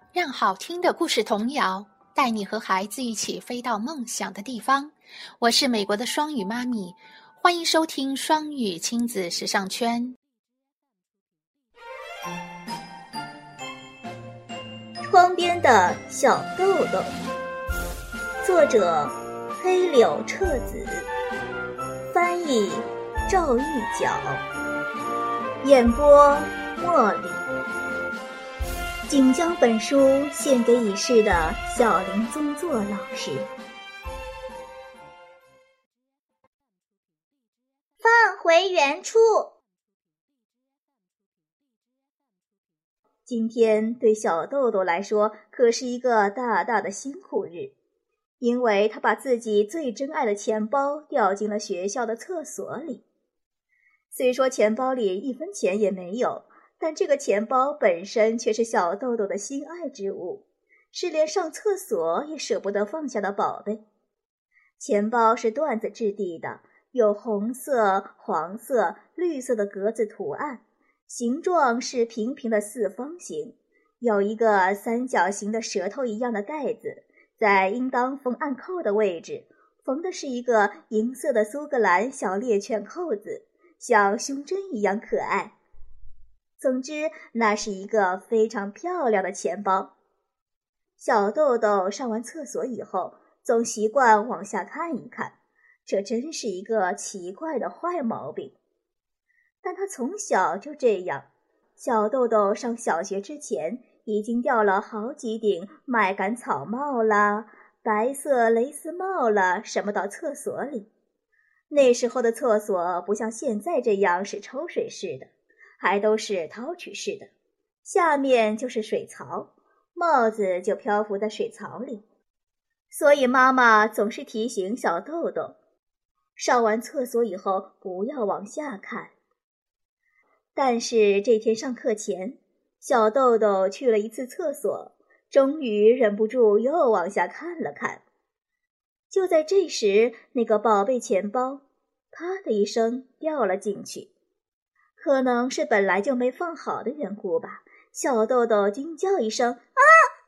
让好听的故事童谣带你和孩子一起飞到梦想的地方。我是美国的双语妈咪，欢迎收听双语亲子时尚圈。 窗边的小豆豆，作者黑柳彻子，翻译赵玉角，演播茉莉。谨将本书献给已逝的小林宗作老师。 放回原处。 今天对小豆豆来说可是一个大大的辛苦日，因为他把自己最珍爱的钱包掉进了学校的厕所里。虽说钱包里1分钱也没有，但这个钱包本身却是小豆豆的心爱之物，是连上厕所也舍不得放下的宝贝。钱包是缎子质地的，有红色、黄色、绿色的格子图案，形状是平平的四方形，有一个三角形的舌头一样的盖子，在应当缝暗扣的位置，缝的是一个银色的苏格兰小猎犬扣子，像胸针一样可爱。总之，那是一个非常漂亮的钱包。小豆豆上完厕所以后，总习惯往下看一看，这真是一个奇怪的坏毛病。但他从小就这样。小豆豆上小学之前，已经掉了好几顶麦秆草帽啦、白色蕾丝帽啦，什么到厕所里。那时候的厕所不像现在这样是抽水式的，还都是掏取式的，下面就是水槽，帽子就漂浮在水槽里。所以妈妈总是提醒小豆豆，上完厕所以后不要往下看。但是这天上课前，小豆豆去了一次厕所，终于忍不住又往下看了看。就在这时，那个宝贝钱包啪的一声掉了进去。可能是本来就没放好的缘故吧，小豆豆惊叫一声啊！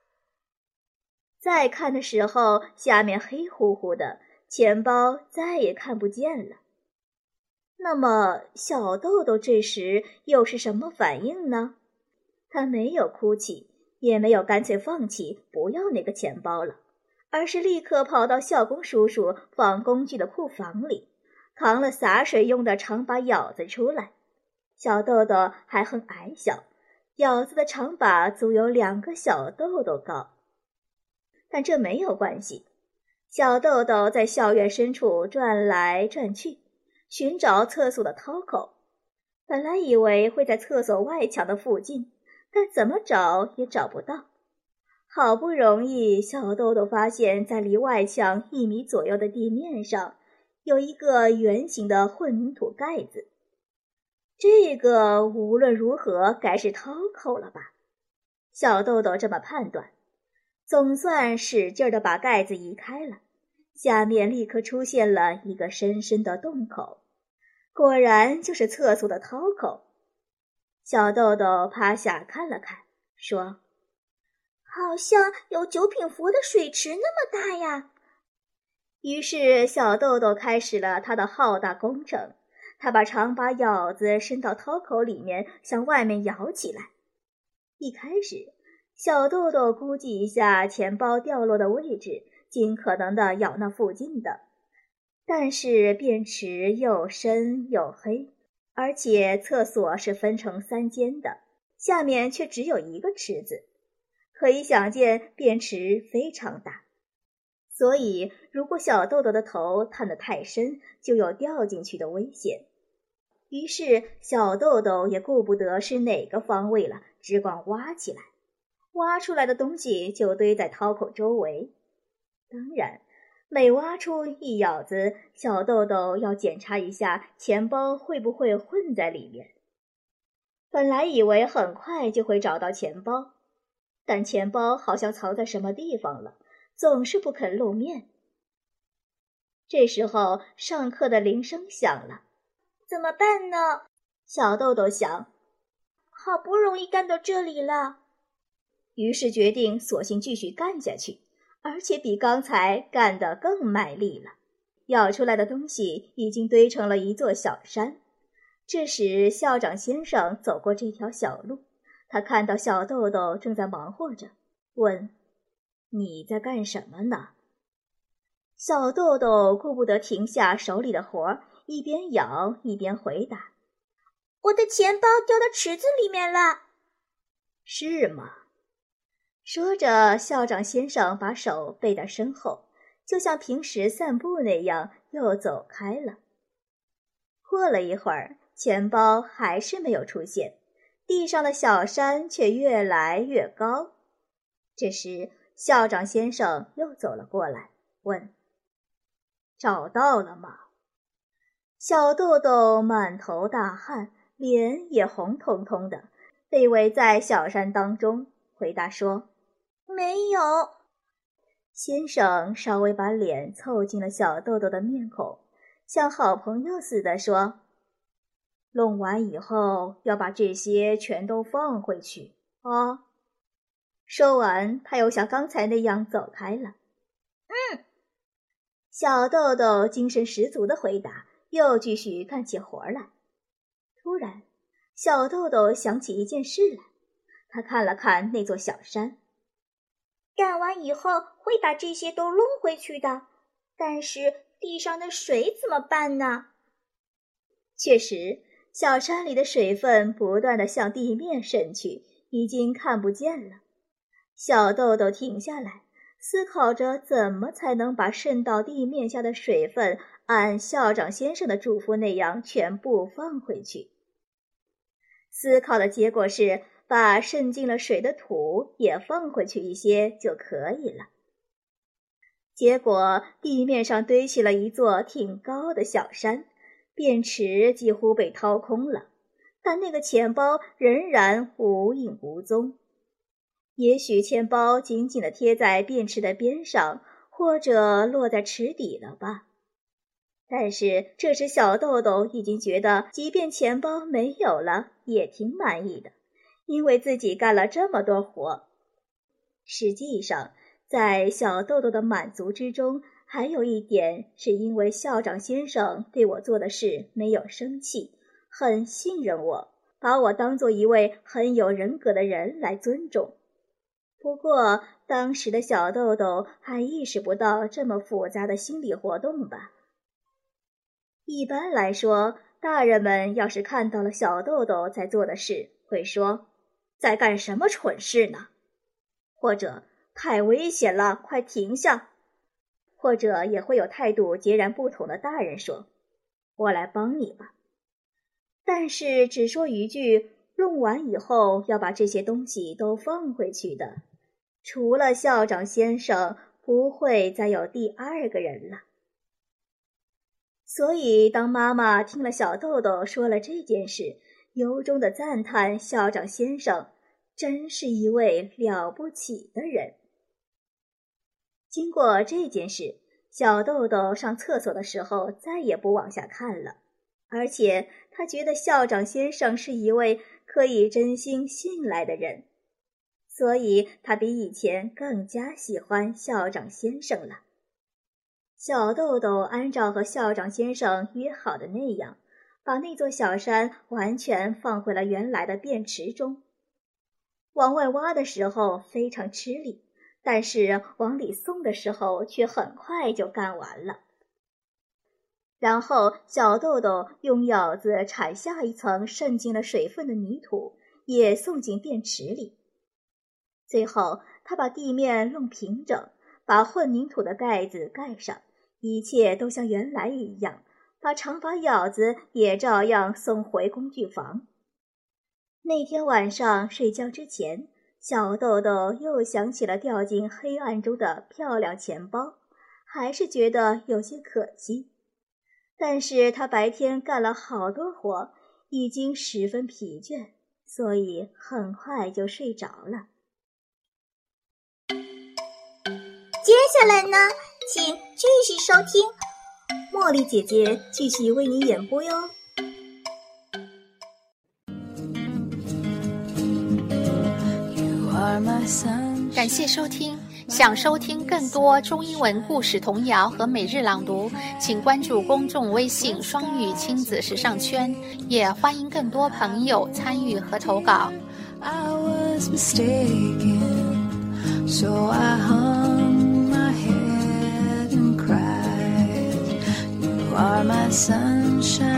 再看的时候，下面黑乎乎的，钱包再也看不见了。那么小豆豆这时又是什么反应呢？他没有哭泣，也没有干脆放弃不要那个钱包了，而是立刻跑到校工叔叔放工具的库房里，扛了洒水用的长把舀子出来。小豆豆还很矮小，舀子的长把足有2个小豆豆高。但这没有关系，小豆豆在校园深处转来转去，寻找厕所的掏口。本来以为会在厕所外墙的附近，但怎么找也找不到。好不容易，小豆豆发现在离外墙1米左右的地面上，有一个圆形的混凝土盖子。这个无论如何该是掏口了吧？小豆豆这么判断，总算使劲地把盖子移开了，下面立刻出现了一个深深的洞口，果然就是厕所的掏口。小豆豆趴下看了看，说：“ 好像有9品福的水池那么大呀。” 于是小豆豆开始了他的浩大工程。他把长把舀子伸到掏口里面，向外面舀起来。一开始，小豆豆估计一下钱包掉落的位置，尽可能地舀那附近的。但是便池又深又黑，而且厕所是分成3间的，下面却只有一个池子，可以想见便池非常大。所以如果小豆豆的头探得太深，就有掉进去的危险。于是小豆豆也顾不得是哪个方位了，只管挖起来。挖出来的东西就堆在掏口周围。当然，每挖出一舀子，小豆豆要检查一下钱包会不会混在里面。本来以为很快就会找到钱包，但钱包好像藏在什么地方了，总是不肯露面。这时候上课的铃声响了， 怎么办呢？ 小豆豆想， 好不容易干到这里了。 于是决定索性继续干下去，而且比刚才干得更卖力了。舀出来的东西已经堆成了一座小山。这时校长先生走过这条小路，他看到小豆豆正在忙活着，问：你在干什么呢？小豆豆顾不得停下手里的活，一边咬一边回答： 我的钱包掉到池子里面了。 是吗？说着，校长先生把手背到身后，就像平时散步那样又走开了。过了一会儿，钱包还是没有出现，地上的小山却越来越高。这时校长先生又走了过来，问：找到了吗？小豆豆满头大汗，脸也红彤彤的，被围在小山当中，回答说： 没有。 先生稍微把脸凑近了小豆豆的面孔，像好朋友似的说：弄完以后要把这些全都放回去啊。说完，他又像刚才那样走开了。小豆豆精神十足地回答，又继续干起活来。突然，小豆豆想起一件事来，他看了看那座小山。 干完以后会把这些都弄回去的，但是地上的水怎么办呢？ 确实，小山里的水分不断地向地面渗去，已经看不见了。小豆豆停下来，思考着怎么才能把渗到地面下的水分按校长先生的嘱咐那样全部放回去。思考的结果是把渗进了水的土也放回去一些就可以了。结果地面上堆起了一座挺高的小山，便池几乎被掏空了，但那个钱包仍然无影无踪。也许钱包紧紧地贴在便池的边上，或者落在池底了吧。但是这时小豆豆已经觉得即便钱包没有了也挺满意的，因为自己干了这么多活。实际上在小豆豆的满足之中，还有一点是因为校长先生对我做的事没有生气，很信任我，把我当作一位很有人格的人来尊重。不过当时的小豆豆还意识不到这么复杂的心理活动吧。一般来说，大人们要是看到了小豆豆在做的事，会说：在干什么蠢事呢？或者太危险了，快停下。或者也会有态度截然不同的大人说：我来帮你吧。但是只说一句弄完以后要把这些东西都放回去的，除了校长先生，不会再有第二个人了。所以当妈妈听了小豆豆说了这件事，由衷地赞叹校长先生真是一位了不起的人。经过这件事，小豆豆上厕所的时候再也不往下看了，而且他觉得校长先生是一位可以真心信赖的人，所以他比以前更加喜欢校长先生了。小豆豆按照和校长先生约好的那样，把那座小山完全放回了原来的便池中。往外挖的时候非常吃力，但是往里送的时候却很快就干完了。然后小豆豆用舀子铲下一层渗进了水分的泥土，也送进便池里。最后他把地面弄平整，把混凝土的盖子盖上，一切都像原来一样，把长把舀子也照样送回工具房。那天晚上睡觉之前，小豆豆又想起了掉进黑暗中的漂亮钱包，还是觉得有些可惜。但是他白天干了好多活，已经十分疲倦，所以很快就睡着了。 接下来呢，请继续收听茉莉姐姐继续为你演播哟。 You are 感谢收听。想收听更多中英文故事童谣和每日朗读，请关注公众微信双语亲子时尚圈，也欢迎更多朋友参与和投稿。I was mistaken, so I hung my head and cried. You are my sunshine.